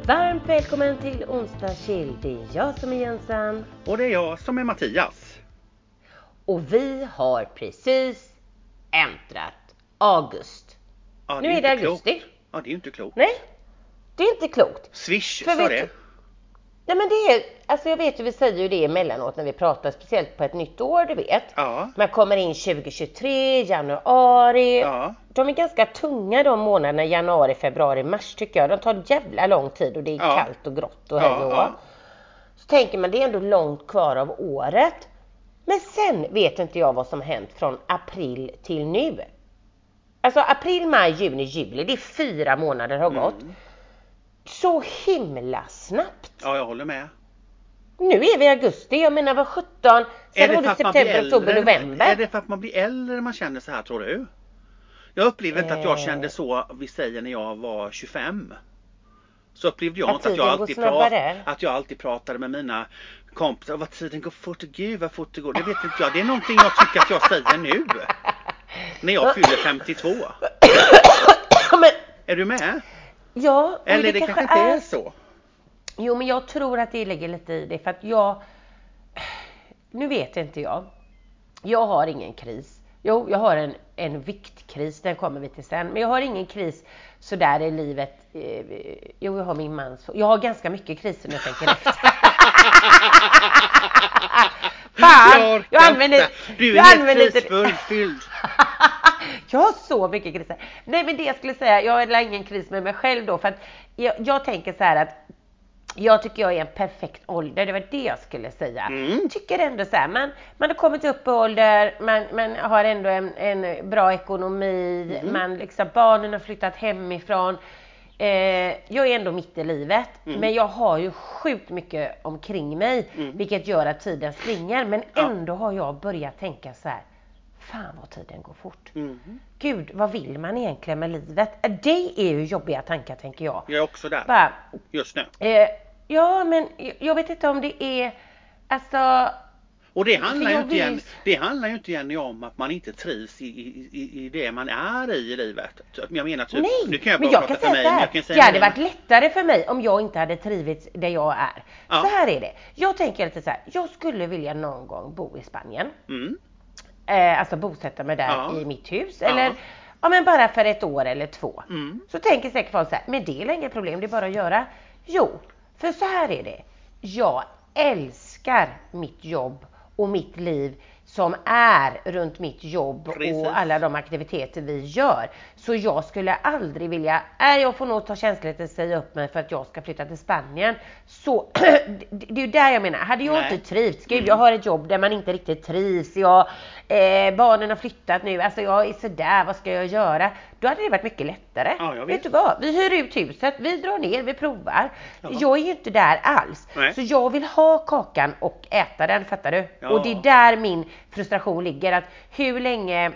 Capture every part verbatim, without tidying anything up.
Varmt välkommen till onsdag chill. Det är jag som är Jensan. Och det är jag som är Mattias. Och vi har precis äntrat august. Ja, Nu är det augusti. Klokt. Ja, det är ju inte klokt. Nej, det är inte klokt. Swish, För sa vet det. du- Nej men det är, alltså jag vet ju, vi säger ju det emellanåt när vi pratar, speciellt på ett nytt år, du vet. Ja. Man kommer in tjugo tjugotre, januari. Ja. De är ganska tunga de månaderna, januari, februari, mars tycker jag. De tar jävla lång tid och det är Ja. kallt och grått och hej Ja, och ja. Så tänker man, det är ändå långt kvar av året. Men sen vet inte jag vad som hänt från april till nu. Alltså april, maj, juni, juli, det är fyra månader har gått. Mm. Så himla snabbt. Ja, jag håller med. Nu är vi i augusti, jag menar vad sjutton. Sen var det september, oktober, november. Är det för att man blir äldre man känner så här, tror du? Jag upplevde inte att jag Eh. kände så, vi säger när jag var tjugofem. Så upplevde jag Att inte att jag, tiden går alltid snabbare. prat, att jag alltid pratade med mina kompisar. Vad tiden går fort, gud vad fort det går. Det vet inte jag, det är någonting jag tycker att jag säger nu. När jag fyller femtiotvå. Men, Är du med? ja, Eller det, det kanske kanske inte är är så. Jo, men jag tror att det ligger lite i det, för att jag, nu vet inte jag, jag har ingen kris. Jo, jag har en, en viktkris, den kommer vi till sen. Men jag har ingen kris sådär i livet. Eh, Jo, jag har min mans, jag har ganska mycket kriser när jag tänker efter. Fan, Jag, jag använder, du är jag helt använder inte- krisfylld. Jag har så mycket kriser. Nej, men det jag skulle säga, jag har ingen kris med mig själv då. För att jag, jag tänker så här att jag tycker jag är en perfekt ålder. Det var det jag skulle säga. Mm. Tycker ändå så här, man, man har kommit upp i ålder, man, man har ändå en, en bra ekonomi, Mm. man liksom, barnen har flyttat hemifrån. Eh, jag är ändå mitt i livet, Mm. men jag har ju sjukt mycket omkring mig, Mm. vilket gör att tiden springer. Men Ja. ändå har jag börjat tänka så här, fan vad tiden går fort. Mm. Gud, vad vill man egentligen med livet? Det är ju jobbiga tankar, tänker jag. Jag är också där Bara, just nu. eh, ja, men jag vet inte om det är, alltså, Och det handlar, för ju jag inte, vill- igen, det handlar ju inte Jenny om att man inte trivs i, i, i, i det man är i i livet. Jag menar typ, nej, nu kan jag men bara jag kan prata för säga mig, så men här, jag kan säga det hade mig. varit lättare för mig om jag inte hade trivits där jag är. Ja. Så här är det, jag tänker lite så här, jag skulle vilja någon gång bo i Spanien. Mm. Eh, alltså bosätta mig där Ja. i mitt hus. Ja. Eller, ja men bara för ett år eller två. Mm. Så tänker säkert folk så här, men det är inga problem, det är bara att göra. Jo, för så här är det. Jag älskar mitt jobb och mitt liv som är runt mitt jobb. Precis. Och alla de aktiviteter vi gör. Så jag skulle aldrig vilja, nej jag får nog ta känsligt att säga upp mig för att jag ska flytta till Spanien. Så det, det är ju där jag menar, hade jag Nej. inte trivts, gud Mm. jag har ett jobb där man inte riktigt trivs, jag, eh, barnen har flyttat nu, alltså jag är sådär, vad ska jag göra? Då hade det varit mycket lättare. Ja, jag vet. vet du vad, vi hyr ut huset, vi drar ner, vi provar. Ja. Jag är ju inte där alls. Nej. Så jag vill ha kakan och äta den, fattar du? Ja. Och det är där min frustration ligger, att hur länge.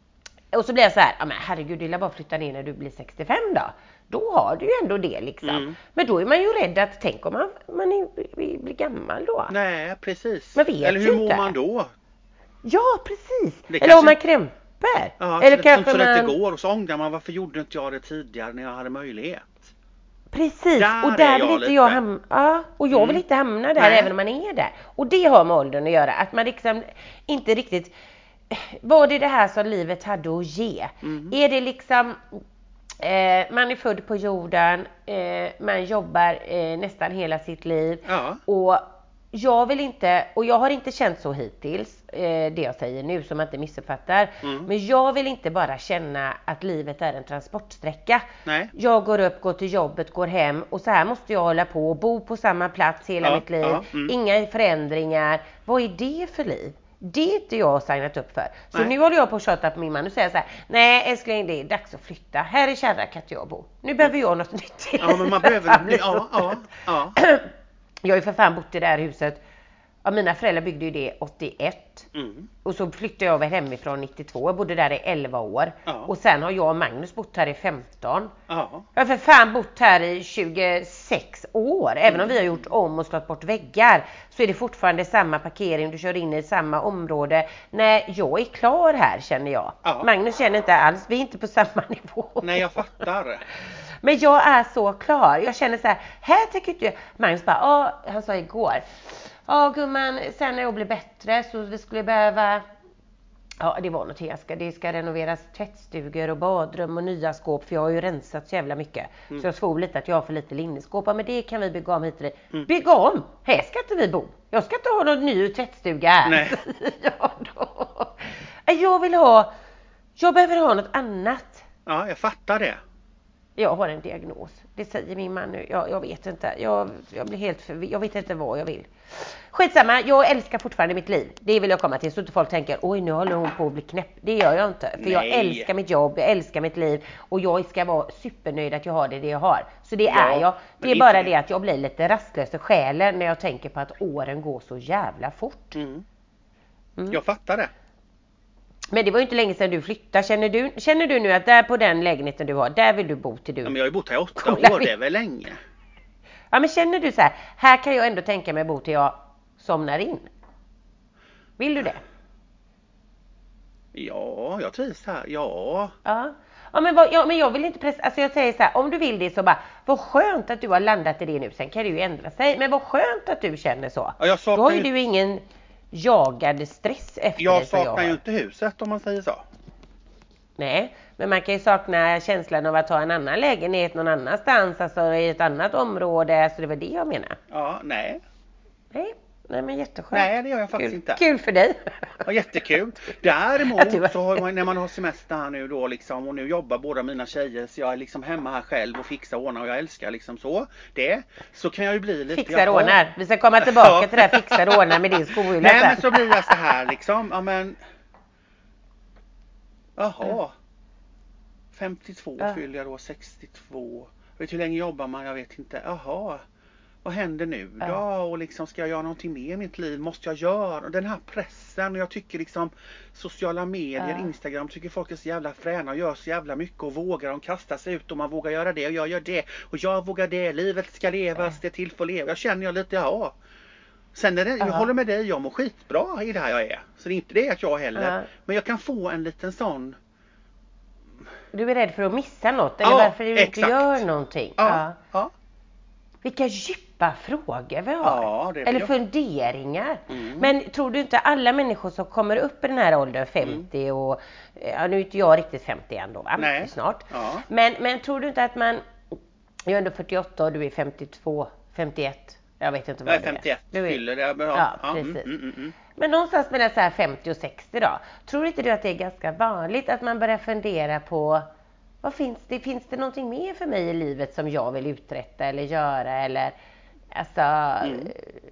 Och så blir jag så här, ja men herregud, du vill bara flytta ner när du blir sextiofem då. Då har du ju ändå det liksom. Mm. Men då är man ju rädd att, tänk om man, man är, blir gammal då. Nej, precis. Men vet Eller ju hur mår inte. man då? Ja, precis. Det Eller kanske- om man krämper. Ja, Eller så, kanske så det inte man. går och så ångrar man, varför gjorde inte jag det tidigare när jag hade möjlighet? Precis, Där och är där jag vill inte lite. jag hamna. Ja, och jag vill Mm. inte hamna där Nej. även om man är där. Och det har med åldern att göra. Att man liksom inte riktigt. Vad är det här som livet hade att ge? Mm. Är det liksom. Eh, man är född på jorden. Eh, man jobbar eh, nästan hela sitt liv. Ja. Och jag vill inte, och jag har inte känt så hittills, eh, det jag säger nu som man inte missuppfattar. Mm. Men jag vill inte bara känna att livet är en transportsträcka. Nej. Jag går upp, går till jobbet, går hem och så här måste jag hålla på och bo på samma plats hela Ja, mitt liv. ja, mm. Inga förändringar. Vad är det för liv? Det är inte jag signat upp för. Så Nej. nu håller jag på att tjata på min man och säger så här: nej älskling, det är dags att flytta. Här i Kärra kan inte jag bo. Nu behöver jag något nytt i Ja, men man livet. behöver, ja, ja, ja. Jag har ju för fan bott i det här huset. Ja, mina föräldrar byggde ju det åttioett. Mm. Och så flyttade jag över hemifrån nittiotvå. Jag bodde där i elva år. Ja. Och sen har jag och Magnus bott här i femton. Ja. Jag har för fan bott här i tjugosex år. Även om vi har gjort om och slått bort väggar, så är det fortfarande samma parkering. Du kör in i samma område. Nej, jag är klar här, känner jag. Ja. Magnus känner inte alls. Vi är inte på samma nivå. Nej, jag fattar. Men jag är så klar. Jag känner så här, här tycker inte jag. Magnus bara, ja, han sa igår. Ja gumman, sen när jag blir bättre så vi skulle behöva, ja det var något jag ska, det ska renoveras tvättstugor och badrum och nya skåp. För jag har ju rensat så jävla mycket. Mm. Så jag svor lite att jag har för lite linneskåp. Men det kan vi bygga om hit till det. Mm. Bygga om? Här ska inte vi bo. Jag ska inte ha någon ny tvättstuga här. Nej. Ja, då. Jag vill ha, jag behöver ha något annat. Ja, jag fattar det. Jag har en diagnos. Det säger min man nu. Jag, jag vet inte. Jag, jag blir helt förvirrad. Jag vet inte vad jag vill. Skitsamma. Jag älskar fortfarande mitt liv. Det vill jag komma till. Så inte folk tänker, oj nu håller hon på att bli knäpp. Det gör jag inte. För Nej. Jag älskar mitt jobb. Jag älskar mitt liv. Och jag ska vara supernöjd att jag har det, det jag har. Så det ja, är jag. Det är bara det. det att jag blir lite rastlös i själen när jag tänker på att åren går så jävla fort. Mm. Mm. Jag fattar det. Men det var ju inte länge sedan du flyttade. Känner du, känner du nu att där på den lägenheten du har, där vill du bo till du? Ja, men jag har ju bott här i åtta år, det är väl länge. Ja, men känner du så här, här kan jag ändå tänka mig att bo till jag somnar in. Vill du det? Ja, jag trivs här, ja. Ja, ja, men, vad, ja men jag vill inte pressa, alltså jag säger så här, om du vill det så bara, vad skönt att du har landat i det nu, sen kan du ju ändra sig. Men vad skönt att du känner så. Ja, jag Då har ju ju... du ingen jagad stress efter jag det. Saknar jag ju inte huset om man säger så. Nej, men man kan ju sakna känslan av att ha en annan lägenhet någon annanstans, alltså i ett annat område, så det var det jag menar. Ja, nej. Nej, nej men jätteskönt. Nej, det gör jag faktiskt kul. inte. Kul för dig. Ja, jättekul. Däremot så har man, när man har semester här nu då liksom, och nu jobbar båda mina tjejer, så jag är liksom hemma här själv och fixar och ordnar, och jag älskar liksom så det, så kan jag ju bli lite... Fixar och ordnar. Vi ska komma tillbaka ja. till det här fixar och ordnar med din skola. Nej, men så blir jag så här liksom, ja men... Jaha. femtiotvå ja. Fyller jag då, sextiotvå. Vet hur länge jobbar man? Jag vet inte. Jaha. Vad händer nu då? Ja. Och liksom, ska jag göra någonting mer i mitt liv? Måste jag göra? Den här pressen. Och jag tycker liksom sociala medier, ja. Instagram, tycker folk är så jävla fräna och gör så jävla mycket och vågar. De kastar sig ut och man vågar göra det och jag gör det. Och jag vågar det. Livet ska levas. Det är till för att leva. Jag känner jag lite, ja. Sen är det, jag uh-huh. håller med dig, jag mår skitbra i det här jag är. Så det är inte det att jag heller. Uh-huh. Men jag kan få en liten sån... Du är rädd för att missa något? Eller ja, varför du exakt. Inte gör någonting? Ja, ja. ja. Vilka djupa frågor vi har. Ja, det eller jag. funderingar. Mm. Men tror du inte alla människor som kommer upp i den här åldern, femtio mm. och... Ja, nu är inte jag riktigt femtio ändå, va? Nej. Snart. Ja. Men, men tror du inte att man... Jag är ändå fyrtioåtta och du är femtiotvå, femtioett. Jag vet inte vad jag är femtioett, det är. fyller det. Ja, ja precis. Mm, mm, mm. Men någonstans mellan så här femtio och sextio då. Tror inte du att det är ganska vanligt att man börjar fundera på... Vad finns det? Finns det någonting mer för mig i livet som jag vill uträtta eller göra? Eller, alltså... Mm.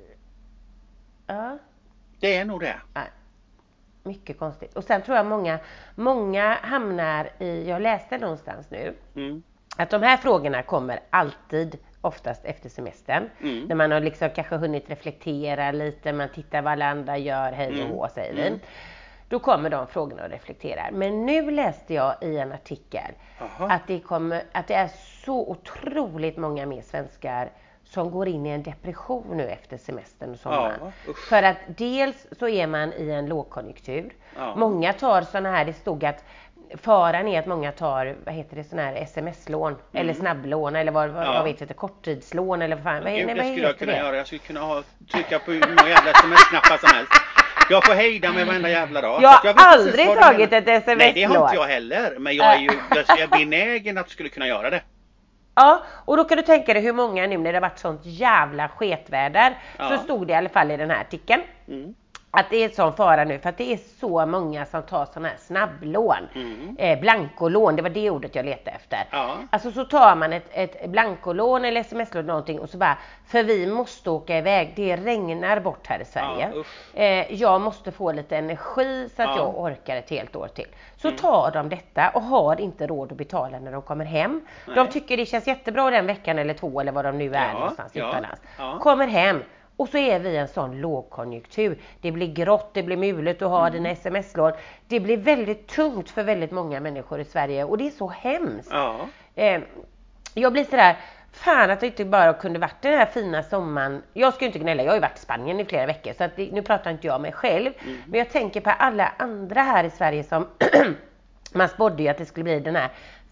Ja. Det är nog det. Ja. Mycket konstigt. Och sen tror jag många, många hamnar i... Jag läste någonstans nu. Mm. Att de här frågorna kommer alltid... Oftast efter semestern. Mm. När man har liksom kanske hunnit reflektera lite. Man tittar vad alla andra gör. Hej och hå, säger vi. Mm. Då kommer de frågorna och reflekterar. Men nu läste jag i en artikel att det, kommer, att det är så otroligt många mer svenskar som går in i en depression nu efter semestern och sommaren. Ja, för att dels så är man i en lågkonjunktur. Ja. Många tar sådana här, det stod att faran är att många tar, vad heter det, sådana här sms-lån mm. eller snabblån eller vad, vad, ja. vad vet jag, korttidslån eller vad fan. Vad, Gud, nej, det vad skulle jag kunna det? göra. Jag skulle kunna ha, trycka på hur många jävla sms-knappar som helst. Jag får hejda med varenda jävla dag. Jag har jag aldrig tagit ett sms-lån. Nej, det har inte jag heller. Men jag är ju jag är benägen att skulle kunna göra det. Ja, och då kan du tänka dig hur många nu när det har varit sånt jävla sketväder. Ja. Så stod det i alla fall i den här artikeln. Mm. Att det är sån fara nu för att det är så många som tar sådana här snabblån. Mm. Eh, blankolån, det var det ordet jag letade efter. Ja. Alltså så tar man ett, ett blankolån eller sms-lån någonting och så bara, för vi måste åka iväg, det regnar bort här i Sverige. Ja, eh, jag måste få lite energi så att ja. jag orkar ett helt år till. Så mm. tar de detta och har inte råd att betala när de kommer hem. Nej. De tycker det känns jättebra den veckan eller två eller vad de nu är ja. någonstans ja. utomlands. Ja. Kommer hem. Och så är vi i en sån lågkonjunktur. Det blir grått, det blir mulet att ha mm. dina sms-lån. Det blir väldigt tungt för väldigt många människor i Sverige. Och det är så hemskt. Ja. Eh, jag blir sådär, fan att det inte bara kunde varit den här fina sommaren. Jag ska ju inte gnälla, jag har ju varit i Spanien i flera veckor. Så att det, nu pratar inte jag om mig själv. Mm. Men jag tänker på alla andra här i Sverige som... Man spådde ju att det skulle bli den här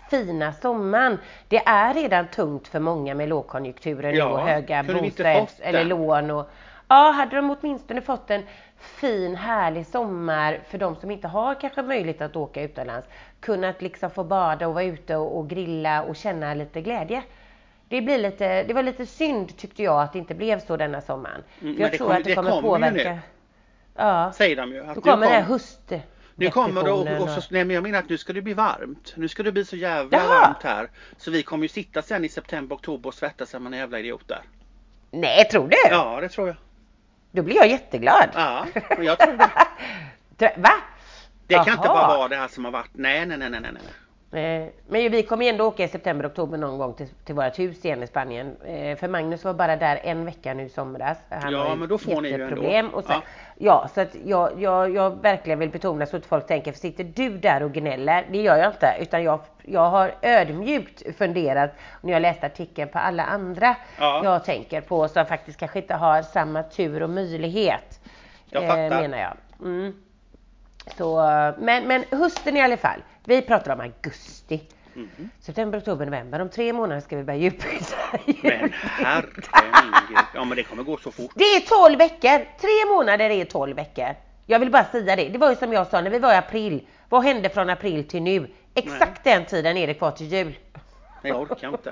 fina sommaren. Det är redan tungt för många med lågkonjunkturen Ja, och höga kunde vi inte bostads fått eller den? lån. Och, ja, hade de åtminstone fått en fin, härlig sommar för de som inte har kanske möjlighet att åka utomlands. Kunnat liksom få bada och vara ute och, och grilla och känna lite glädje. Det, blir lite, det var lite synd tyckte jag att det inte blev så denna sommaren. Mm, för jag men det tror kommer- att det det kommer kommer ju påverka. nu. Ja, Säger de ju. Att då nu kommer det här kom- höst. Nu kommer det och, depressionen och så, nej men jag menar att nu ska det bli varmt. Nu ska det bli så jävla Jaha. varmt här. Så vi kommer ju sitta sen i september, oktober och svettas som en jävla idiot där. Nej, tror du? Ja, det tror jag. Då blir jag jätteglad. Ja, men jag tror det. Tror- Va? Det kan inte bara Jaha. vara det här som har varit. Nej, nej, nej, nej, nej. Eh, Men vi kommer ju ändå åka i september, oktober någon gång till, till vårt hus igen i Spanien. Eh, För Magnus var bara där en vecka nu i somras. Han Ja, har ju men då får ni ju jätteproblem ändå. Och så, Ja. ja, så att jag, jag, jag verkligen vill betona så att folk tänker, för sitter du där och gnäller? Det gör jag inte, utan jag, jag har ödmjukt funderat när jag läst artikeln på alla andra Ja. jag tänker på som faktiskt kanske inte har samma tur och möjlighet. Jag eh, fattar. Menar jag. Mm. Så, men, men hösten i alla fall. Vi pratar om augusti. Mhm. September, oktober, november. Om tre månader ska vi börja djupfrysa. Men herregud. Ja, men det kommer gå så fort. Det är tolv veckor. Tre månader är tolv veckor. Jag vill bara säga det. Det var ju som jag sa när vi var i april. Vad hände från april till nu? Exakt den tiden är det kvar till jul. Nej, jag orkar inte.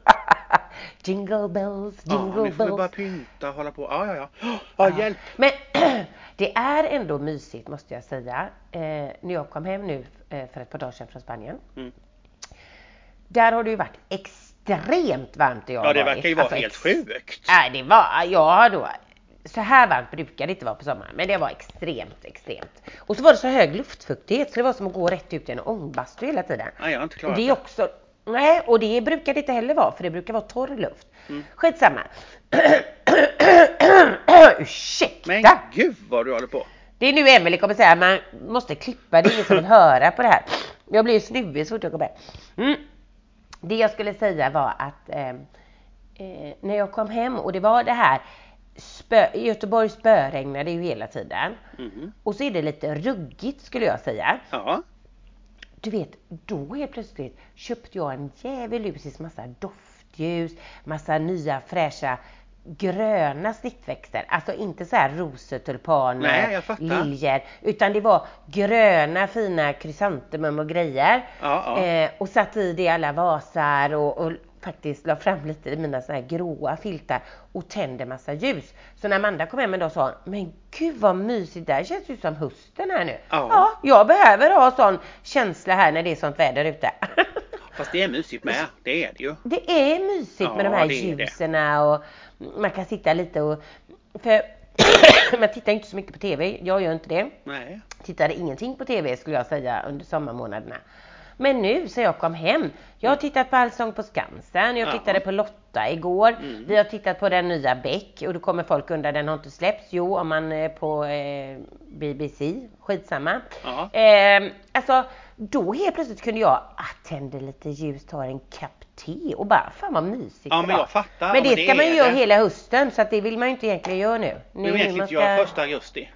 Jingle bells, Ja, jingle nu får vi bara bells. pynta och hålla på. Ja, ja, ja. Ja, hjälp. Men det är ändå mysigt måste jag säga. Eh, när jag kom hem nu eh, för ett par dagar sedan från Spanien. Mm. Där har det ju varit extremt varmt det jag Ja, har det varit. verkar ju vara Alltså, helt ex- sjukt. Nej, det var, ja då. Så här varmt brukar det inte vara på sommaren. Men det var extremt, extremt. Och så var det så hög luftfuktighet. Så det var som att gå rätt ut i en ångbastu hela tiden. Nej, jag har inte Och klarat det är det. också, nej, och det brukar det inte heller vara. För det brukar vara torr luft. Mm. Skitsamma. Ursäkta. Men gud vad du håller på. Det är nu Emelie kommer säga att man måste klippa, det är ingen som vill höra på det här. Jag blir ju snuvig så fort jag kommer. Mm. Det jag skulle säga var att eh, eh, när jag kom hem och det var det här spö, i Göteborg spöregnade ju hela tiden. Mhm. Och så är det lite ruggigt skulle jag säga. Ja. Du vet, då helt plötsligt köpte jag en djävulusis massa doftljus, massa nya fräscha gröna snittväxter. Alltså inte så här rosor, tulpaner, Nej, jag fattar. liljor. Utan det var gröna fina krysantemum och grejer. Ja, ja. Eh, och satt i det i alla vasar och, och faktiskt la fram lite i mina såna här gråa filtar och tände massa ljus. Så när Amanda kom hem en dag sa hon, men gud vad mysigt, där känns ju som hösten här nu. Ja. Ja, jag behöver ha sån känsla här när det är sånt väder ute. Fast det är mysigt med. Det är det ju. Det är mysigt Ja, med de här det är det. ljuserna och man kan sitta lite och för man tittar inte så mycket på tv. Jag gör inte det. Nej. Tittade ingenting på tv skulle jag säga under sommarmånaderna. Men nu så jag kom hem. Jag har tittat på Allsång på Skansen. Jag Ja. tittade på Lotta igår. Mm. Vi har tittat på den nya Beck. Och då kommer folk undra, den har inte släppts. Jo, om man är på eh, B B C. Skitsamma. Ja. Eh, alltså, då helt plötsligt kunde jag ah, tända lite ljus, ta en kopp te och bara, fan vad mysigt Ja, det men var. jag fattar. Men Ja, det men ska det man ju är göra det. hela hösten. Så att det vill man ju inte egentligen göra nu. Nu vet man inte jag första augusti.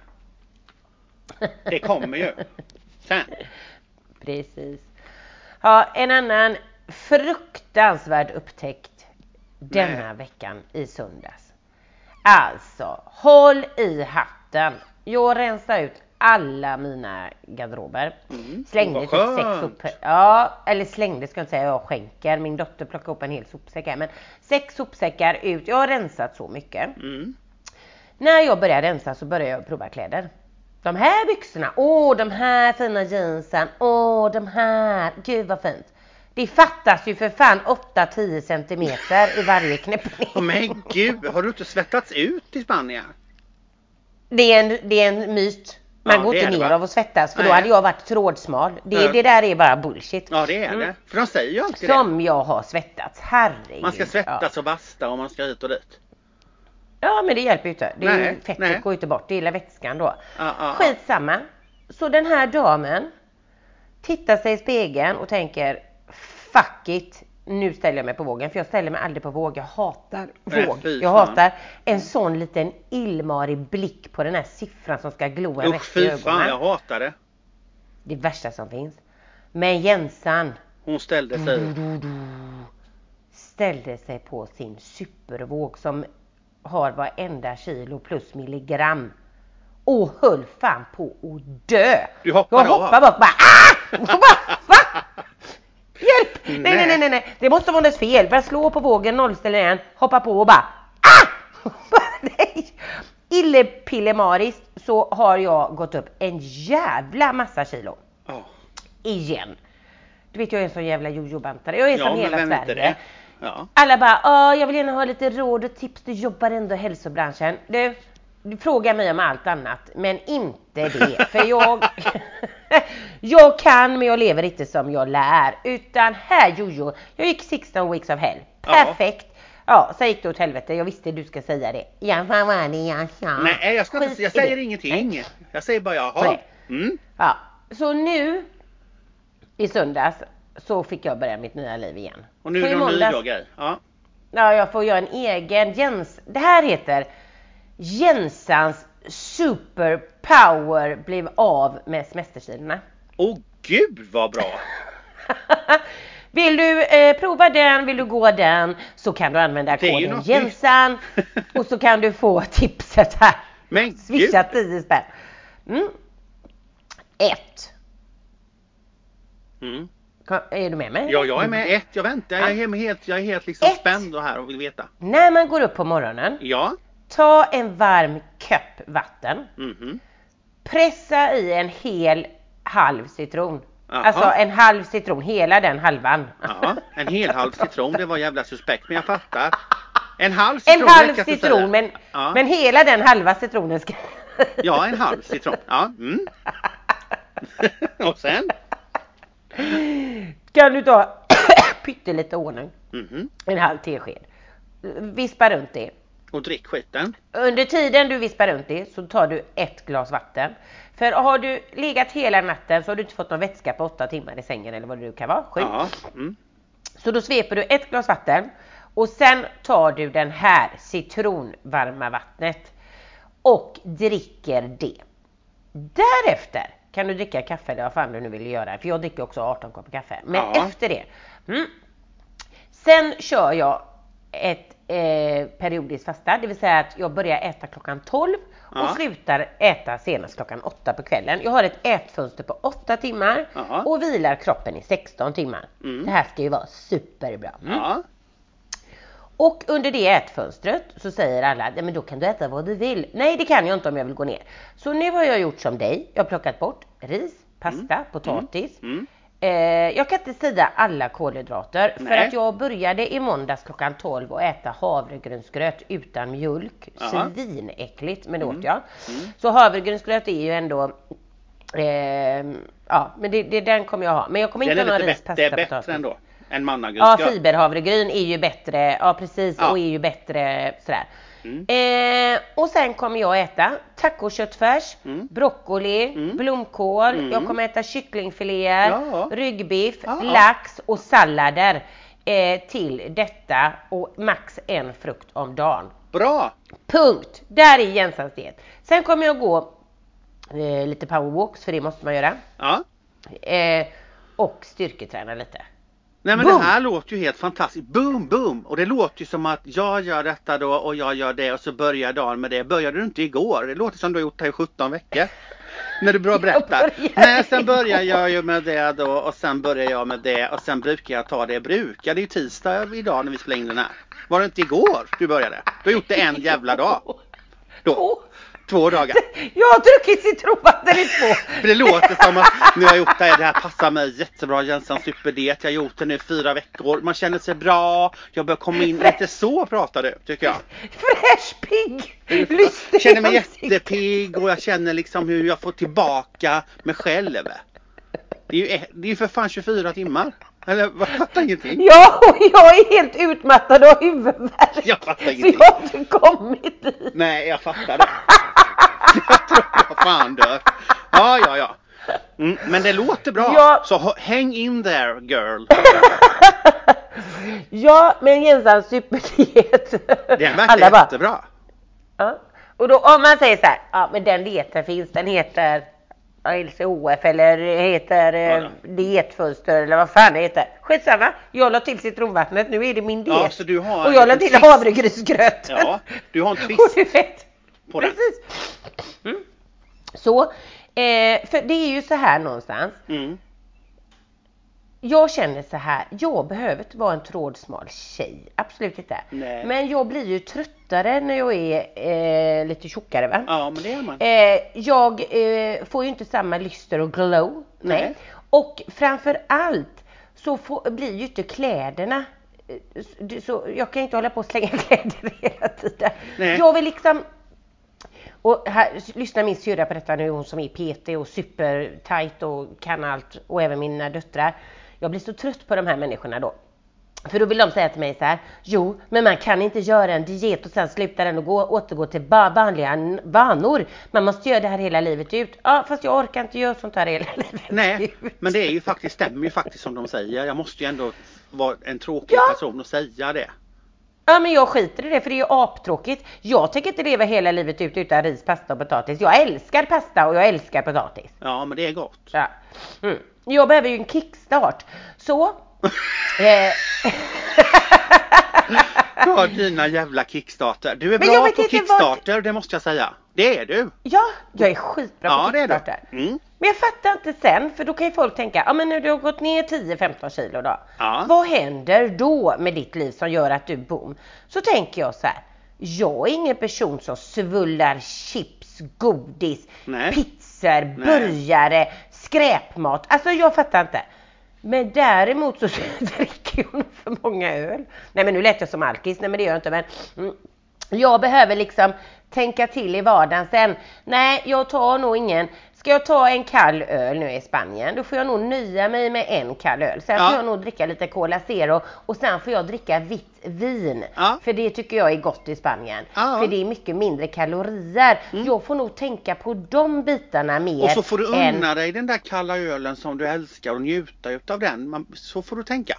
Det kommer ju. Sen. Precis. Ja, en annan fruktansvärd upptäckt denna Nej. veckan i söndags. Alltså, håll i hatten. Jag rensar ut alla mina garderober. Mm. Slängde Vad typ sex skönt. sop. Ja, eller slängde ska jag inte säga, jag skänker. Min dotter plockade upp en hel sopsäck här. Men sex sopsäckar ut. Jag har rensat så mycket. Mm. När jag börjar rensa så börjar jag prova kläder. De här byxorna, åh de här fina jeansen, åh de här, gud vad fint. Det fattas ju för fan åtta till tio centimeter i varje knäppning. Oh, men gud, har du inte svettats ut i Spanien? Det är en, det är en myt. Man Ja, går det inte är det, ner va? av att svettas för då Nej. hade jag varit trådsmal. Det, Ja. det där är bara bullshit. Ja, det är Mm. det. För de säger ju alltid Som jag har svettats, herregud. det. Man ska svettas och basta och man ska hit och dit. Ja, ja men det hjälper ju inte. Det är Nej, ju fettet nej. går ju inte bort, det gillar vätskan då. Ja, ja, ja. Skitsamma. Så den här damen tittar sig i spegeln och tänker, fuck it, nu ställer jag mig på vågen. För jag ställer mig aldrig på våg, jag hatar Nej, våg. fy Jag fan. hatar en sån liten illmarig blick på den här siffran som ska glo en Usch, rätt i fy ögonen. fan, jag hatar det. Det värsta som finns. Men Jensan, Hon ställde sig. Du, du, du. Ställde sig på sin supervåg som har varenda kilo plus milligram. Och höll fan på att dö. Du hoppade Jag hoppade bak bara. Ah! Och bara, va? Hjälp! Nej, nej, nej, nej, nej. Det måste vara något fel. För att slå på vågen, nollställa igen, hoppa på och bara. Ah! Nej. Illepillemariskt så har jag gått upp en jävla massa kilo. Oh. Igen. Du vet, jag är en sån jävla jojo-bantare. Jag är ja, som hela Sverige. Ja. Alla bara, jag vill gärna ha lite råd och tips. Du jobbar ändå i hälsobranschen. Du, du frågar mig om allt annat, men inte det. För jag, jag kan, men jag lever inte som jag lär. Utan här, jojo. Jag gick sexton weeks of hell. Perfekt. Ja. Ja, så gick det åt helvete. Jag visste du ska säga det. Ja, vad var det jag sa? Nej, jag, ska inte, jag säger ingenting. Nej. Jag säger bara jaha. Mm. Ja, så nu i söndags så fick jag börja mitt nya liv igen. Och nu är det någon ny dag, grej. Ja. Ja, jag får göra en egen Jens. Det här heter Jensans superpower blev av med semestersidorna. Åh gud vad bra. Vill du eh, prova den, vill du gå den, så kan du använda koden Jensan och så kan du få tipset här. Men swisha tio spänn. Mm. Ett. Mm. Är du med mig? Ja, jag är med. Ett, jag väntar. Jag är helt, jag är helt liksom Ett. spänd och här och vill veta. När man går upp på morgonen. Ja. Ta en varm kopp vatten. Mm-hmm. Pressa i en hel halv citron. Aha. Alltså en halv citron, hela den halvan. Ja, en hel halv citron, det var jävla suspekt, men jag fattar. En halv citron. En halv citron, men, ja. men hela den halva citronen ska... Ja, en halv citron. Ja. Mm. Och sen? Kan du ta pyttelite honung. Mm-hmm. En halv tesked. Vispa runt det. Och drick skiten. Under tiden du vispar runt det så tar du ett glas vatten. För har du legat hela natten så har du inte fått någon vätska på åtta timmar i sängen eller vad det nu kan vara. Sju. Ja. Mm. Så då sveper du ett glas vatten och sen tar du den här citronvarma vattnet och dricker det. Därefter kan du dricka kaffe eller vad fan du nu vill göra. För jag dricker också arton koppar kaffe. Men ja. efter det. Mm, sen kör jag ett eh, periodiskt fasta. Det vill säga att jag börjar äta klockan tolv. Och ja. slutar äta senast klockan åtta på kvällen. Jag har ett ätfönster på åtta timmar. Ja. Och vilar kroppen i sexton timmar. Mm. Det här ska ju vara superbra. Mm. Ja. Och under det ätfönstret så säger alla, ja, men då kan du äta vad du vill. Nej, det kan jag inte om jag vill gå ner. Så nu har jag gjort som dig. Jag har plockat bort ris, pasta, mm. potatis. Mm. Eh, jag kan inte säga alla kolhydrater. Nej. För att jag började i måndags klockan tolv och äta havregrynsgröt utan mjölk. Aha. Svinäckligt, men det mm. åt jag. Mm. Så havregrynsgröt är ju ändå... Eh, ja, men det, det, den kommer jag ha. Men jag kommer den inte ha ris, bättre, pasta, det är bättre potatis. Ändå. En mannagrynsgröt. Ja, fiberhavregryn är ju bättre. Ja, precis. Ja. Och är ju bättre sådär. Mm. Eh, och sen kommer jag äta tacoköttfärs, mm. broccoli, mm. blomkål. Mm. Jag kommer äta kycklingfiléer, ja. ryggbiff, ja. lax och sallader eh, till detta. Och max en frukt om dagen. Bra! Punkt. Där är Jensans diet. Sen kommer jag gå eh, lite powerwalks, för det måste man göra. Ja. Eh, och styrketräna lite. Nej, men boom. Det här låter ju helt fantastiskt. Boom, boom. Och det låter ju som att jag gör detta då och jag gör det och så börjar dagen med det. Började du inte igår? Det låter som du har gjort det här i sjutton veckor. När du bra berättar. Nej, sen börjar jag ju med det då och sen börjar jag med det och sen brukar jag ta det jag brukar. Det är ju tisdag idag när vi spelar in den här. Var det inte igår du började? Du har gjort det en jävla dag. Då. Två dagar. Jag har druckit citronvatten i två. För det låter som att nu har jag gjort det här. Det här passar mig jättebra. Jensans superdiet. Jag har gjort det nu i fyra veckor. Man känner sig bra. Jag börjar komma in lite så pratar du, tycker jag. Fräsch pigg. Jag känner mig jättepigg och jag känner liksom hur jag får tillbaka mig själv. Det är ju, det är ju för fan tjugofyra timmar. Eller vad fattar ingenting? Ja, och jag är helt utmattad och huvudvärk. Jag fattar ingenting. Så jag har inte kommit dit. Nej, jag fattar det. Jag tror jag fan dör. Ja, ja, ja. Mm, men det låter bra. Ja. Så häng in there, girl. Ja, men Jensans superdiet. Den verkar jättebra. Ja. Och då om man säger så här, ja men den dieten finns, den heter L C H F eller heter eh, dietfönster eller vad fan det heter. Skitsamma, jag la till citronvattnet, nu är det min diet. Ja, så du har och jag la till twist. havregrynsgröt. Ja, du har en twist och du vet, på precis. Mm. Så, eh, för det är ju så här någonstans. Mm. Jag känner så här, jag behöver inte vara en trådsmal tjej, absolut inte. Nej. Men jag blir ju tröttare när jag är eh, lite tjockare, va? Ja, men det är man. Eh, jag eh, får ju inte samma lyster och glow. Nej. Nej. Och framför allt så får, blir ju inte kläderna. eh, Så jag kan inte hålla på att slänga kläder hela tiden. Nej. Jag vill liksom... Och här, lyssna min syrra på detta nu, hon som är P T och super tight och kan allt, och även mina döttrar. Jag blir så trött på de här människorna då. För då vill de säga till mig så här: jo, men man kan inte göra en diet och sen sluta den och gå, återgå till ba- vanliga vanor. Man måste göra det här hela livet ut. Ja, fast jag orkar inte göra sånt här hela livet Nej, ut. men det är ju faktiskt, stämmer ju faktiskt som de säger. Jag måste ju ändå vara en tråkig Ja. person och säga det. Ja, men jag skiter i det, för det är ju aptråkigt. Jag tänker inte leva hela livet ut utan ris, pasta och potatis. Jag älskar pasta och jag älskar potatis. Ja, men det är gott. Ja. Mm. Jag behöver ju en kickstart. Så... eh... Ja, dina jävla kickstarter. Du är Men jag bra vet på inte kickstarter, vad... det måste jag säga. Det är du. Ja, jag är skitbra ja, på kickstarter. Det är du. Mm. Men jag fattar inte sen, för då kan ju folk tänka, ja men nu du har gått ner tio femton kilo då. Ja. Vad händer då med ditt liv som gör att du boom? Så tänker jag så här, jag är ingen person som svullar chips, godis, Nej. pizzor, burgare, skräpmat. Alltså jag fattar inte. Men däremot så dricker jag nog för många öl. Nej, men nu lät jag som alkis. Nej, men det gör jag inte. Men mm, jag behöver liksom tänka till i vardagen sen. Nej, jag tar nog ingen. Ska jag ta en kall öl nu i Spanien, då får jag nog nöja mig med en kall öl. Sen Ja. får jag nog dricka lite Cola Zero. Och sen får jag dricka vitt vin. Ja. För det tycker jag är gott i Spanien. Ja. För det är mycket mindre kalorier. Mm. Jag får nog tänka på de bitarna mer. Och så får du unna än... dig den där kalla ölen som du älskar och njuta utav den. Man, så får du tänka.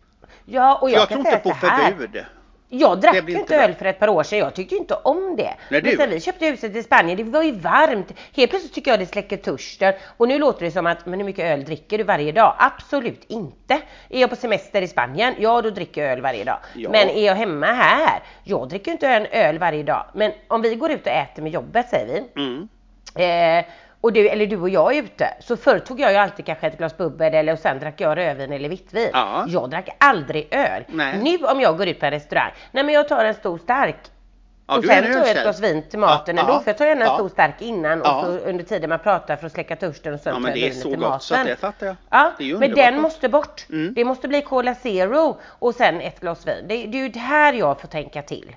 Ja, och jag, jag kan tror inte säga på så här. förbud. Jag drack ju inte inte bra. öl för ett par år sedan. Jag tyckte inte om det. Nej, men du. sen vi köpte huset i Spanien, det var ju varmt. Helt plötsligt tycker jag det släcker törsten. Och nu låter det som att, men hur mycket öl dricker du varje dag? Absolut inte. Är jag på semester i Spanien? Ja, då dricker jag öl varje dag. Ja. Men är jag hemma här? Jag dricker inte en öl varje dag. Men om vi går ut och äter med jobbet, säger vi. Mm. Eh, och du, eller du och jag är ute. Så förr tog jag ju alltid kanske ett glas bubbel eller, och sen drack jag rödvin eller vittvin. Ja. Jag drack aldrig öl. Nej. Nu om jag går ut på en restaurang, nej men jag tar en stor stark. Ja, och du är sen en tar jag ett öltjej. glas vin till maten Ja, ändå. ja, För jag tar gärna en ja. stor stark innan. Ja. Och så under tiden man pratar för att släcka törsten och sen Ja, tar men jag det är vinet så till gott så maten. att det fattar jag. Ja, Det är ju men underbart den gott. måste bort. Mm. Det måste bli Cola Zero och sen ett glas vin. Det, det är ju det här jag får tänka till.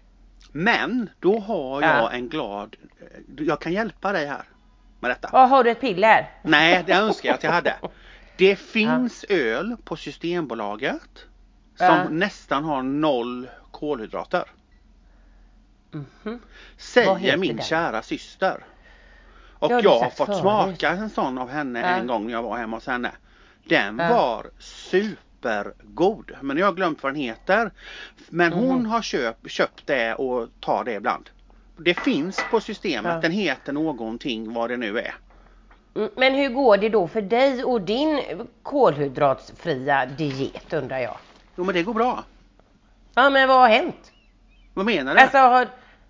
Men då har jag Ja. en glad... Jag kan hjälpa dig här med detta. Ja, har du ett piller? Nej, det önskar jag att jag hade. Det finns ja. öl på Systembolaget som Ja. nästan har noll kolhydrater. Mm-hmm. Säger min den? kära syster. Och har jag har fått förut. smaka en sån av henne ja. en gång när jag var hemma hos henne. Den ja. var supergod. Men jag har glömt vad den heter. Men mm-hmm. hon har köpt, köpt det och tar det ibland. Det finns på systemet. Ja. Den heter någonting, vad det nu är. Men hur går det då för dig och din kolhydratsfria diet, undrar jag? Jo, men det går bra. Ja, men vad har hänt? Vad menar du? Alltså, har...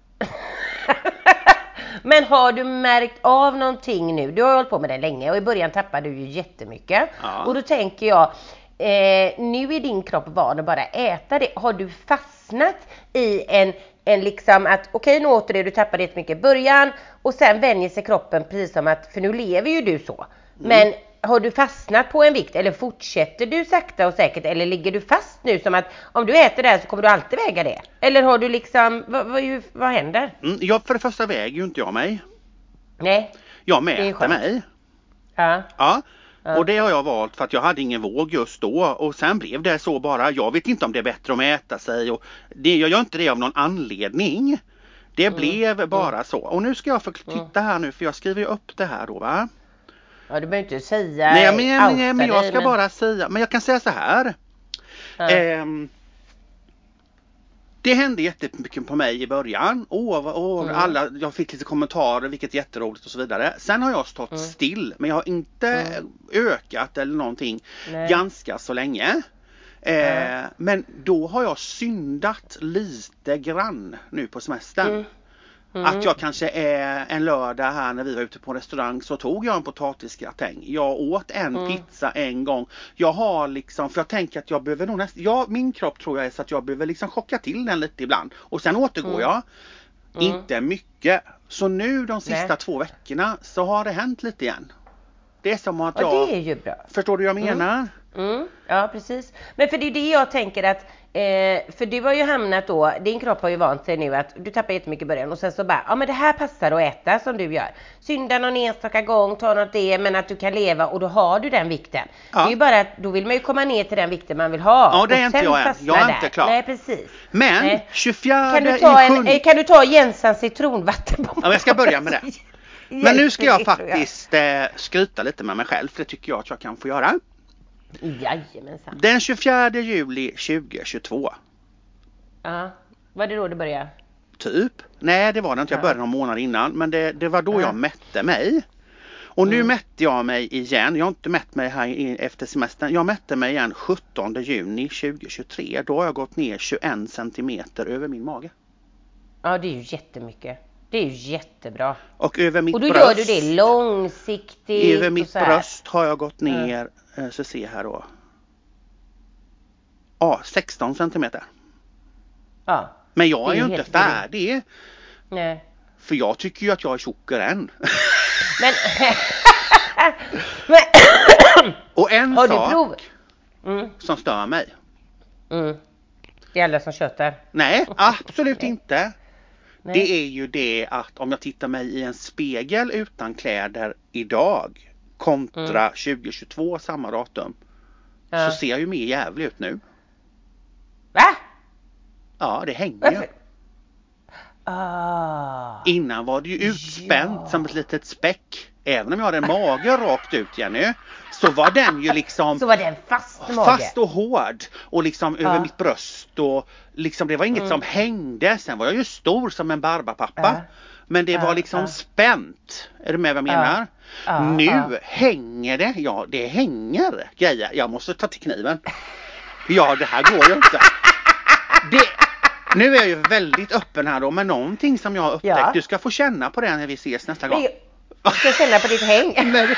Men har du märkt av någonting nu? Du har hållit på med det länge och i början tappade du ju jättemycket. Ja. Och då tänker jag, eh, nu är din kropp van att bara äta det. Har du fastnat i en, en liksom att okej, nu åter det, du tappade jättemycket i början och sen vänjer sig kroppen precis som att, för nu lever ju du så. Mm. Men har du fastnat på en vikt eller fortsätter du sakta och säkert, eller ligger du fast nu som att om du äter det här så kommer du alltid väga det? Eller har du liksom, vad, vad, vad händer? Mm, jag, för det första väger ju inte jag mig. Nej. Jag mäter mig. Ja. Ja. Ja. Och det har jag valt för att jag hade ingen våg just då. Och sen blev det så bara. Jag vet inte om det är bättre att mäta sig. Och det, jag gör inte det av någon anledning. Det mm. blev bara mm. så. Och nu ska jag få titta här nu, för jag skriver ju upp det här då, va? Ja, du behöver inte säga. Nej, men, men, men jag ska men... bara säga. Men jag kan säga så här. Ja. Ehm, Det hände jättemycket på mig i början. Åh, åh, Mm. alla, jag fick lite kommentarer, vilket är jätteroligt och så vidare. Sen har jag stått Mm. still, men jag har inte Mm. ökat eller någonting Nej. ganska så länge. Eh, Ja. Men då har jag syndat lite grann nu på semestern. Mm. Mm. Att jag kanske är en lördag här när vi var ute på en restaurang, så tog jag en potatisgratäng. Jag åt en Mm. pizza en gång. Jag har liksom, för jag tänker att jag behöver nog nästan, ja, min kropp tror jag är så att jag behöver liksom chocka till den lite ibland. Och sen återgår Mm. jag. Mm. Inte mycket. Så nu de sista Nej. två veckorna så har det hänt lite igen. Det är som att Och jag, det är ju bra. förstår du vad jag menar? Mm, ja, precis. Men för det är det jag tänker att, eh, för du har ju hamnat då, din kropp har ju vant sig nu att du tappar jättemycket i början och sen så bara, ja men det här passar att äta som du gör. Synda någon enstaka gång, ta något det, men att du kan leva och då har du den vikten. Ja. Det är ju bara att då vill man ju komma ner till den vikten man vill ha. Ja, det är och inte sen jag än. fastna Jag är där. inte klar. Nej, precis. Men Nej. tjugofjärde Kan du ta, i en, sjunde... eh, kan du ta Jensans citronvatten på Ja, men jag ska börja med det. Men nu ska jag Jätteviktigt, tror faktiskt eh, skryta lite med mig själv, för det tycker jag att jag kan få göra. Jajamensan. Den tjugofjärde juli tjugohundratjugotvå. Ja, var det då det började? Typ. Nej, det var det inte. Jag Ja. började någon månad innan. Men det, det var då Ja. jag mätte mig. Och nu Mm. mätte jag mig igen. Jag har inte mätt mig här i- efter semestern. Jag mätte mig igen sjuttonde juni tjugohundratjugotre. Då har jag gått ner tjugoen centimeter över min mage. Ja, det är ju jättemycket. Det är ju jättebra. Och över mitt Och då bröst. gör du det långsiktigt. Över och mitt så här. bröst har jag gått ner. Mm. Så se här då. Ja, sexton centimeter. Ja. Men jag Det är är ju ju inte helt färdig. Nej. För jag tycker ju att jag är tjockare än. Men, men Och en har du sak prov? Mm, som stör mig. mm. Det är alla som köttar. Nej, absolut inte. Nej. Det är ju det att om jag tittar mig i en spegel utan kläder idag kontra Mm. tjugohundratjugotvå samma datum, Ja. så ser jag ju mer jävlig ut nu. Va? Ja, det hänger. Varför? Ah. Innan var det ju utspänt Ja. som ett litet späck. Även om jag hade en mage rakt ut, Jenny, så var den ju liksom Så var det en fast mage. fast och hård. Och liksom Ja. över mitt bröst. Och liksom det var inget Mm. som hängde. Sen var jag ju stor som en barbapappa. Ja. Men det Ja, var liksom ja. spänt. Är du med vad jag menar? Ja, Nu ja. hänger det. Ja, det hänger grejer. Jag måste ta till kniven. Ja, det här går ju inte. Det, nu är jag ju väldigt öppen här då. Men någonting som jag har upptäckt. Ja. Du ska få känna på det när vi ses nästa gång. Jag ska känna på ditt häng. Nej.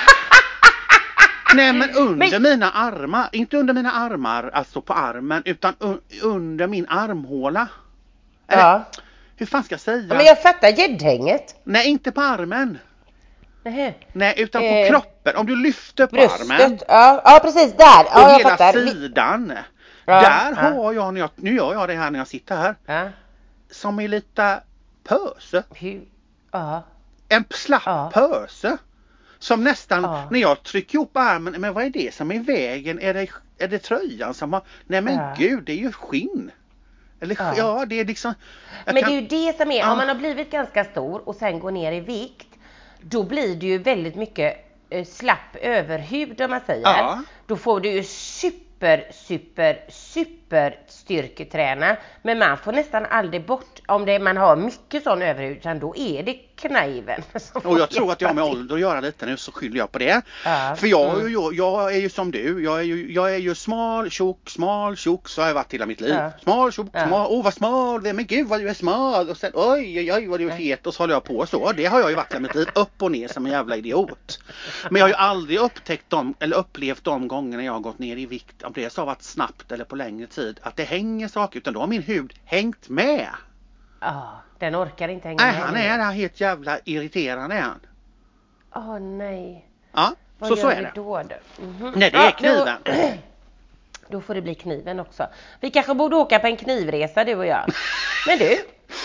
Nej, men under Men- mina armar, inte under mina armar, alltså på armen, utan un- under min armhåla. Eller, Ja. hur fan ska jag säga? Men jag fattar gäddhänget. Nej, inte på armen. Nähä. Nej, utan på Eh, kroppen. Om du lyfter på armen Bröstet. Ja, ja, precis där. och Ja, jag hela fattar. Vi- sidan. Ja, Där ja. har jag, när jag, nu gör jag det här när jag sitter här, Ja. som är lite pöse. Hur? Ja. En slapp Ja. pöse. Som nästan, Ja. när jag trycker ihop armen, men vad är det som är i vägen? Är det, är det tröjan som har, nej men Ja. gud, det är ju skinn. Eller ja, Ja. det är liksom, jag Men kan- det är ju det som är, Ja. om man har blivit ganska stor och sen går ner i vikt, då blir det ju väldigt mycket eh, slapp överhud om man säger. Ja. Då får du ju super, super, super styrketräna. Men man får nästan aldrig bort, om det, man har mycket sån överhud, utan då är det kniven. som får Och jag tror att jag har med hjälpa till. ålder att göra lite nu, så skyller jag på det. Ja. För jag, är Mm. ju, jag är ju som du, jag är ju, jag är ju smal, tjock, smal, tjock, så har jag varit hela mitt liv. Ja. Smal, tjock, Ja. smal, åh vad smal, men gud vad du är smal. Och sen oj, oj, oj vad du är fet, och så håller jag på så. Det har jag ju varit hela mitt liv, upp och ner som en jävla idiot. Men jag har ju aldrig upptäckt dem, eller upplevt de gångerna jag har gått ner i vikt, om det så har varit snabbt eller på längre tid, att det hänger saker, utan då har min hud hängt med. Ja, den orkar inte hänga Nej, med han längre. är där helt jävla irriterande är han. Åh nej. Ja, Vad så gör så är vi det. då? då? Mhm. Nej, det är Ja, kniven. Då, då får det bli kniven också. Vi kanske borde åka på en knivresa du och jag. Men du.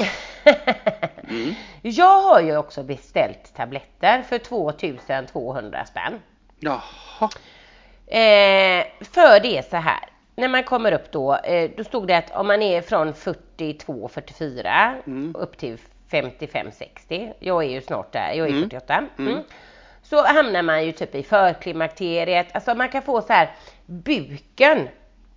Mm. Jag har ju också beställt tabletter för tvåtusen tvåhundra spänn. Jaha. Eh, för det är så här. När man kommer upp då, eh, då stod det att om man är från fyrtiotvå fyrtiofyra Mm. upp till femtiofem sextio. Jag är ju snart där, jag är Mm. fyrtioåtta. Mm. Mm. Så hamnar man ju typ i förklimakteriet. Alltså man kan få så här, buken.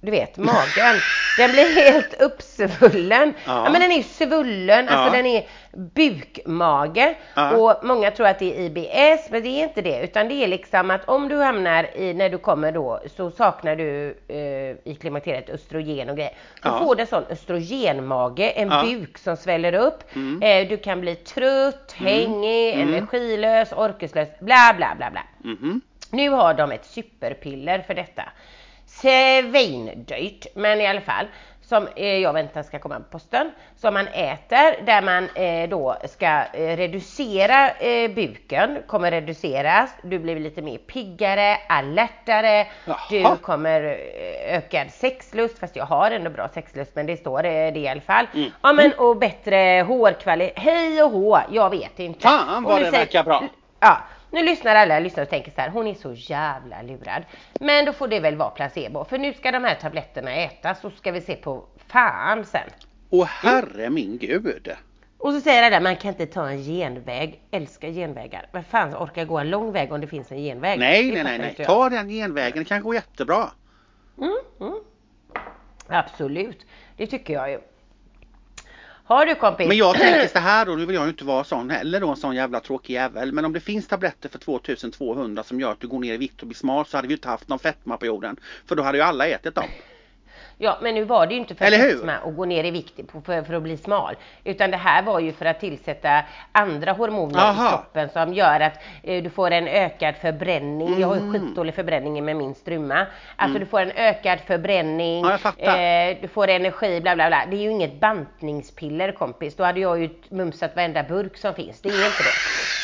du vet, magen. Den blir helt uppsvullen. Ja. Ja, men den är svullen, alltså ja. Den är bukmage. Ja. Och många tror att det är I B S, men det är inte det. Utan det är liksom att om du hamnar i, när du kommer då, så saknar du eh, i klimakteriet östrogen och grejer. Då ja. Får du en sån östrogenmage, en ja. Buk som sväller upp. Mm. Eh, du kan bli trött, mm. hängig, mm. energilös, orkeslös, bla bla bla bla. Mm. Nu har de ett superpiller för detta. Svindyrt, men i alla fall, som eh, jag väntar ska komma på posten, som man äter, där man eh, då ska eh, reducera eh, buken, kommer reduceras, du blir lite mer piggare, alertare. Jaha. Du kommer eh, ökad sexlust, fast jag har ändå bra sexlust, men det står det, det i alla fall. Mm. Ja, men och bättre hårkvalitet, hej och hå, jag vet inte. Fan vad det verkar bra. Ja. Nu lyssnar alla lyssnar och tänker så här, hon är så jävla lurad. Men då får det väl vara placebo. För nu ska de här tabletterna ätas, så ska vi se på fan sen. Åh herre min gud. Och så säger alla, man kan inte ta en genväg. Älskar genvägar. Vad fan orkar gå en lång väg om det finns en genväg? Nej, nej, nej, nej. Ta den genvägen, det kan gå jättebra. Mm, mm. Absolut, det tycker jag ju. Har du kompis? Men jag tänker så här då, nu vill jag ju inte vara sån heller då, en sån jävla tråkig jävel. Men om det finns tabletter för tvåtusentvåhundra som gör att du går ner i vikt och blir smal, så hade vi ju inte haft någon fetma på jorden. För då hade ju alla ätit dem. Ja, men nu var det ju inte för fetma att gå ner i vikt för, för att bli smal. Utan det här var ju för att tillsätta andra hormoner Aha. i kroppen som gör att eh, du får en ökad förbränning. Mm. Jag har ju skitdålig förbränning med min struma. Alltså mm. du får en ökad förbränning, ja, eh, du får energi, bla bla bla. Det är ju inget bantningspiller, kompis. Då hade jag ju mumsat varenda burk som finns. Det är inte det.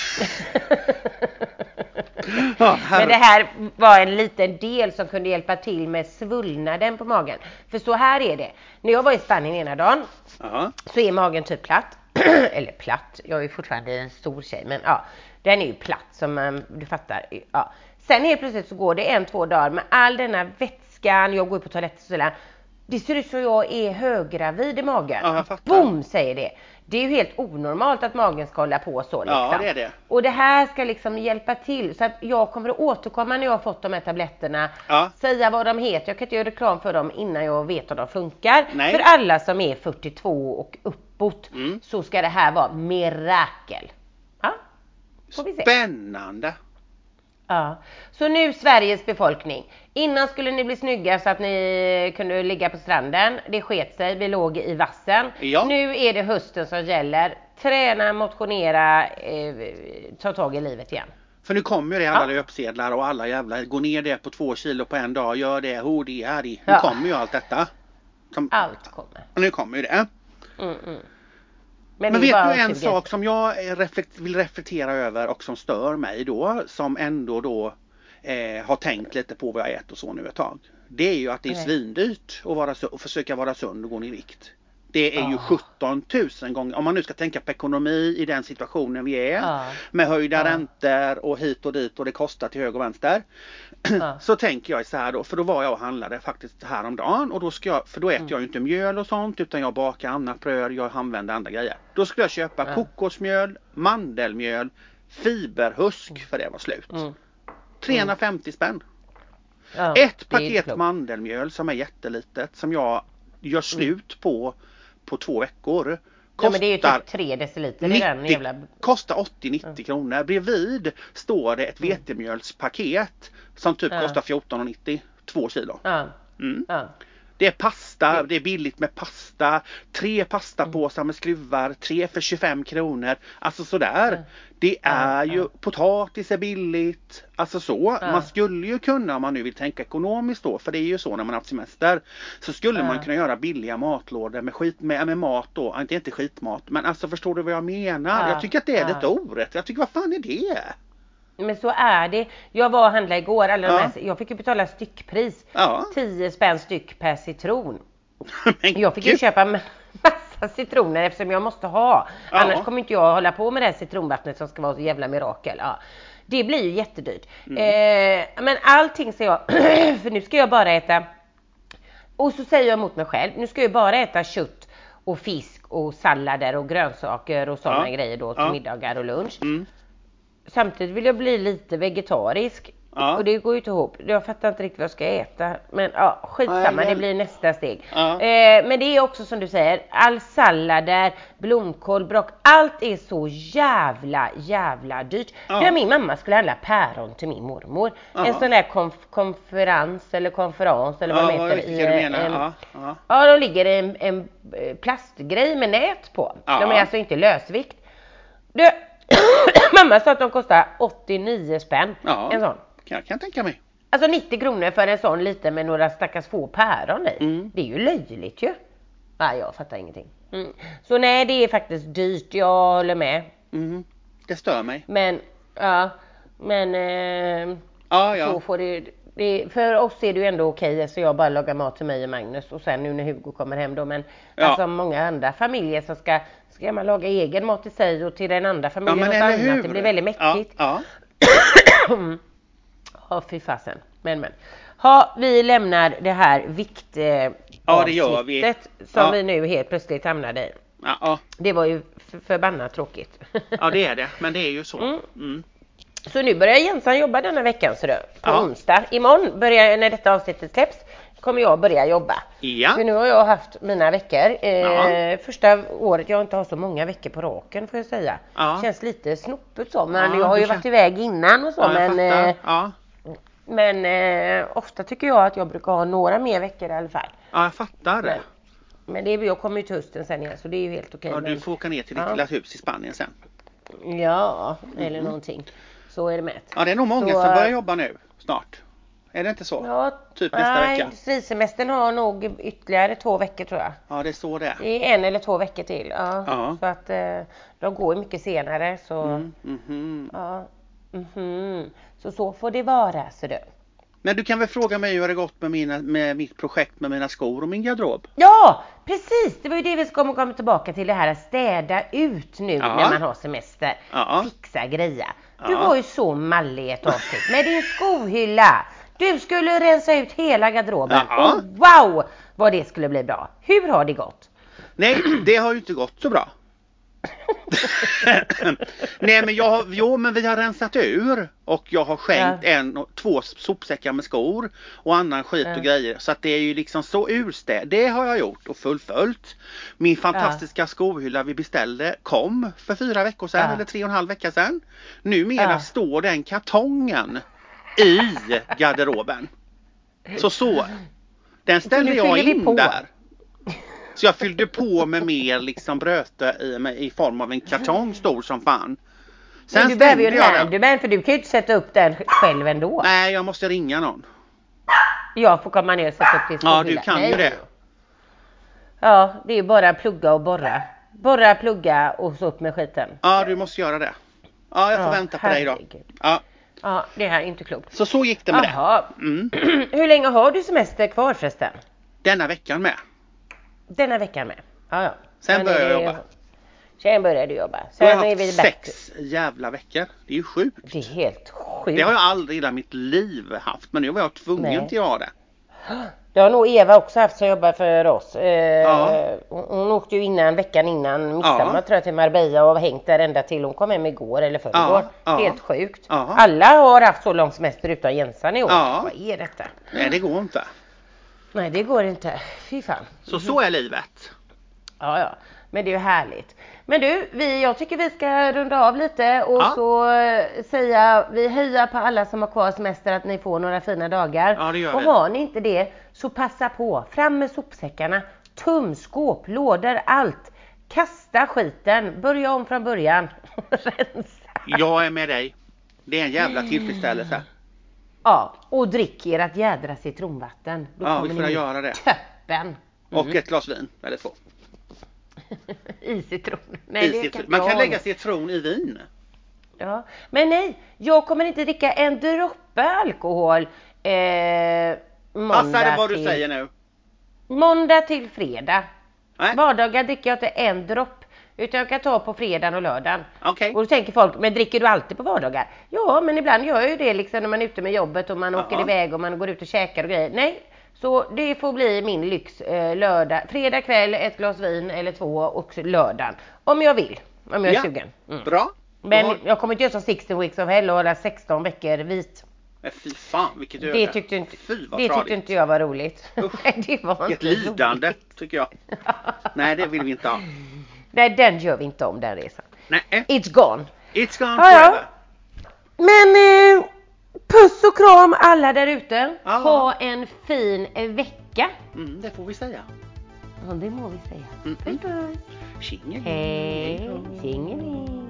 Ja, men det här var en liten del som kunde hjälpa till med svullnaden på magen. För så här är det. När jag var i Spanien ena dagen uh-huh. så är magen typ platt. Eller platt, jag är fortfarande en stor tjej. Men ja, den är ju platt som um, du fattar. Ja. Sen helt plötsligt så går det en, två dagar med all denna vätskan. Jag går på toaletten och sådär. Det ser ut som jag är höggravid i magen. Ja, jag Boom, säger det. Det är ju helt onormalt att magen ska hålla på så. Liksom. Ja, det är det. Och det här ska liksom hjälpa till. Så att jag kommer att återkomma när jag har fått de här tabletterna. Ja. Säga vad de heter. Jag kan inte göra reklam för dem innan jag vet hur de funkar. Nej. För alla som är fyrtiotvå och uppåt mm. så ska det här vara mirakel. Ja, får vi se. Spännande. Ja, så nu Sveriges befolkning. Innan skulle ni bli snygga så att ni kunde ligga på stranden. Det sket sig, vi låg i vassen. Ja. Nu är det hösten som gäller. Träna, motionera, eh, ta tag i livet igen. För nu kommer ju det alla ja. löpsedlar och alla jävla, gå ner det på två kilo på en dag, gör det, hur det är det. Nu ja. kommer ju allt detta. Som, allt kommer. Nu kommer ju det. Mm, mm. Men, Men vet du en sak som jag reflekt, vill reflektera över och som stör mig då, som ändå då eh, har tänkt lite på vad jag äter och så nu ett tag. Det är ju att det är Nej. svindyrt att vara, och försöka vara sund och gå ner i vikt. Det är ju oh. sjutton tusen gånger, om man nu ska tänka på ekonomi i den situationen vi är, oh. med höjda oh. räntor och hit och dit och det kostar till höger och vänster. Oh. Så tänker jag så här då, för då var jag och handlade faktiskt häromdagen och då ska jag, för då äter mm. jag ju inte mjöl och sånt utan jag bakar annat bröd, jag använder andra grejer. Då skulle jag köpa oh. kokosmjöl, mandelmjöl, fiberhusk mm. för det var slut. Mm. trehundrafemtio spänn. Oh. Ett paket mandelmjöl som är jättelitet som jag gör slut på på två veckor. Kostar, ja, men det är ju typ tre deciliter nittio, i den jävla... Kostar åttio till nittio mm. kronor. Bredvid står det ett mm. vetemjölspaket som typ ja. kostar fjorton nittio. Två kilo. Ja. Mm. Ja. Det är pasta, det är billigt med pasta. Tre pastapåsar med skruvar, tre för tjugofem kronor. Alltså sådär. Mm. Det är ju, potatis är billigt. Alltså så. Mm. Man skulle ju kunna, om man nu vill tänka ekonomiskt då, för det är ju så när man har haft semester. Så skulle mm. man kunna göra billiga matlådor med, skit, med, med mat då. Inte, inte skitmat, men alltså förstår du vad jag menar? Mm. Jag tycker att det är lite orätt. Jag tycker, vad fan är det? Men så är det. Jag var och handlade igår. Alla ja. här, jag fick ju betala styckpris. Ja. tio spänn styck per citron. Men jag fick ju köpa massa citroner eftersom jag måste ha. Ja. Annars kommer inte jag hålla på med det här citronvattnet som ska vara så jävla mirakel. Ja. Det blir ju jättedyrt. Mm. Eh, men allting säger jag. För nu ska jag bara äta. Och så säger jag mot mig själv. Nu ska jag bara äta kött och fisk och sallader och grönsaker och sådana ja. grejer då till ja. middagar och lunch. Mm. Samtidigt vill jag bli lite vegetarisk. Ja. Och det går ju inte ihop. Jag fattar inte riktigt vad jag ska äta. Men ja, skitsamma, Nej, det blir nästa steg. Ja. Eh, men det är också som du säger, all sallader, blomkål, brock, allt är så jävla, jävla dyrt. Ja. Där min mamma skulle handla päron till min mormor. Ja. En sån där konf- konferens eller konferens eller vad Ja, de vad heter. vet jag du menar. En, Ja, ja. ja, då ligger det en, en plastgrej med nät på. Ja. De är alltså inte lösvikt. Det, mamma sa att de kostar åttionio spänn. Ja. En sån. Jag kan tänka mig. Alltså nittio kronor för en sån liten med några stackars få päron i. Mm. Det är ju löjligt ju. Nej, jag fattar ingenting. Mm. Så nej, det är faktiskt dyrt. Jag håller med. Mm. Det stör mig. Men, ja. Men, eh, Ja, ja. så får det, det för oss är det ju ändå okej. Så jag bara lagar mat till mig och Magnus. Och sen nu när Hugo kommer hem då. Men Ja. alltså många andra familjer som ska, ska man laga egen mat till sig och till den andra familjen Ja, men något eller annat. hur? Det blir väldigt mäktigt. Ja, Ja, fy fasen. Men men. Ha, vi lämnar det här vikt eh, Ja, det gör vi. som Ja. vi nu helt plötsligt hamnade i. ja, ja. Det var ju för, förbannat tråkigt. Ja, det är det. Men det är ju så. Mm. Mm. Så nu börjar Jensan jobba denna veckan så då, på Ja. onsdag. Imorgon börjar, när detta avsnittet släpps, kommer jag börja jobba. Ja. För nu har jag haft mina veckor. Eh, Ja. Första året jag inte har så många veckor på raken får jag säga. Ja. Känns lite snoppigt så. Men Ja, jag har ju du varit kän- iväg innan och så. Ja, jag men fattar. eh, Ja. men eh, ofta tycker jag att jag brukar ha några mer veckor i alla fall. ja, jag fattar. Men, men det är, jag kommer ju till hösten sen igen så det är ju helt okej. Ja, men, du får åka ner till ditt Ja. lilla hus i Spanien sen. Ja, eller någonting. Så är det med. Ja, det är nog många Så, som börjar jobba nu snart. Är det inte så? Ja, Typ nästa nej, vecka. industrisemestern har nog ytterligare två veckor tror jag. Ja, det är så det är. Det är en eller två veckor till. Ja. Ja. Så att eh, de går ju mycket senare. Så, Mm, mhm. ja. Mhm. så så får det vara. Så det. Men du kan väl fråga mig hur det gått med, mina, med mitt projekt med mina skor och min garderob? Ja, precis. Det var ju det vi ska komma tillbaka till. Det här att städa ut nu Ja. när man har semester. Ja. Fixa grejer. Du Ja. var ju så mallig i ett avsnitt med din skohylla. Du skulle rensa ut hela garderoben. Ja. Och wow, vad det skulle bli bra. Hur har det gått? Nej, det har ju inte gått så bra. Nej, men jag har, jo, men vi har rensat ur och jag har skänkt Ja. en, två sopsäckar med skor och annan skit Ja. och grejer. Så att det är ju liksom så urstäd. Det har jag gjort och fullföljt. Min fantastiska skohylla vi beställde kom för fyra veckor sedan Ja. eller tre och en halv vecka sedan. Numera Ja. står den kartongen i garderoben. Så så. Den ställde nu jag fyller vi in på. där. Så jag fyllde på med mer liksom bröte i, med, i form av en kartong stor som fan. Sen Men du behöver ju stängde en jag den. handyman för du kan ju inte sätta upp den själv ändå. Nej, jag måste ringa någon. Jag får komma ner och sätta upp din skohylla. Ja, du kan ju det. Ja, det är bara plugga och borra. Borra, plugga och så upp med skiten. Ja, du måste göra det. Ja, jag får Ja, vänta på dig då. herregud. Ja, Ja, det här är inte klokt. så så gick det med Jaha. det. Mm. Hur länge har du semester kvar förresten? Denna veckan med. Denna veckan med. Ja, ja. Sen är börjar jag det- jobba. Sen börjar du jobba. Då har Sen jag är vi haft back. sex jävla veckor. Det är ju sjukt. Det är helt sjukt. Det har jag aldrig i hela mitt liv haft. Men nu var jag tvungen Nej. till att ha det. Det har nog Eva också haft som jobbar för oss. Eh, Ja. hon, hon åkte ju innan veckan innan midsommar Ja. tror jag till Marbella och har hängt där ända till hon kom hem igår eller förrgår. Ja, ja. Helt sjukt. Ja. Alla har haft så lång semester utan Jensan i år. Ja. Vad är detta? Nej, det går inte. Nej, det går inte. Fy fan. Så så är livet. Ja, ja. Men det är ju härligt. Men du, vi, jag tycker vi ska runda av lite och Ja. så eh, säga, vi höjer på alla som har kvar semester att ni får några fina dagar. Ja, det gör och vi. har ni inte det så passa på. Fram med sopsäckarna, tumskåp, lådor, allt. Kasta skiten, börja om från början. Rensa. Jag är med dig. Det är en jävla tillfredsställelse. Ja, och drick ert jädra citronvatten. Då Ja, kommer vi får ni göra det. Toppen. Och ett glas vin, eller två. I citron. Nej, I det citron. kan Man jag kan ha. lägga citron i vin. Ja, men nej, jag kommer inte dricka en droppe alkohol eh, måndag, Passa det vad du till, säger nu. måndag till fredag. Nej, Vardagar dricker jag inte en dropp, utan jag kan ta på fredagen och lördagen. okej. Och då tänker folk, men dricker du alltid på vardagar? Ja, men ibland gör jag ju det liksom när man är ute med jobbet och man Ja. åker iväg och man går ut och käkar och grejer. Nej, så det får bli min lyx eh, lördag. Fredag kväll, ett glas vin eller två och lördagen. Om jag vill, om jag är Ja. sugen. Mm. Bra. Men Då har- jag kommer inte göra som sexton weeks of hell och hålla sexton veckor vit. Men fy fan, vilket öde. Det tyckte inte, fy, vad det tradigt. tyckte inte jag var roligt. Det var Ett inte lidande, roligt. tycker jag. Nej, det vill vi inte ha. Nej, den gör vi inte om, den resan. Nej. It's gone. It's gone Ja, ja. forever. Men eh, puss och kram alla där ute. Ja. Ha en fin eh, vecka. Mm, det får vi säga. Ja, det må vi säga. Mm, Puss, mm. puss. Tjingeling. Hej. Hej då. Tjingeling.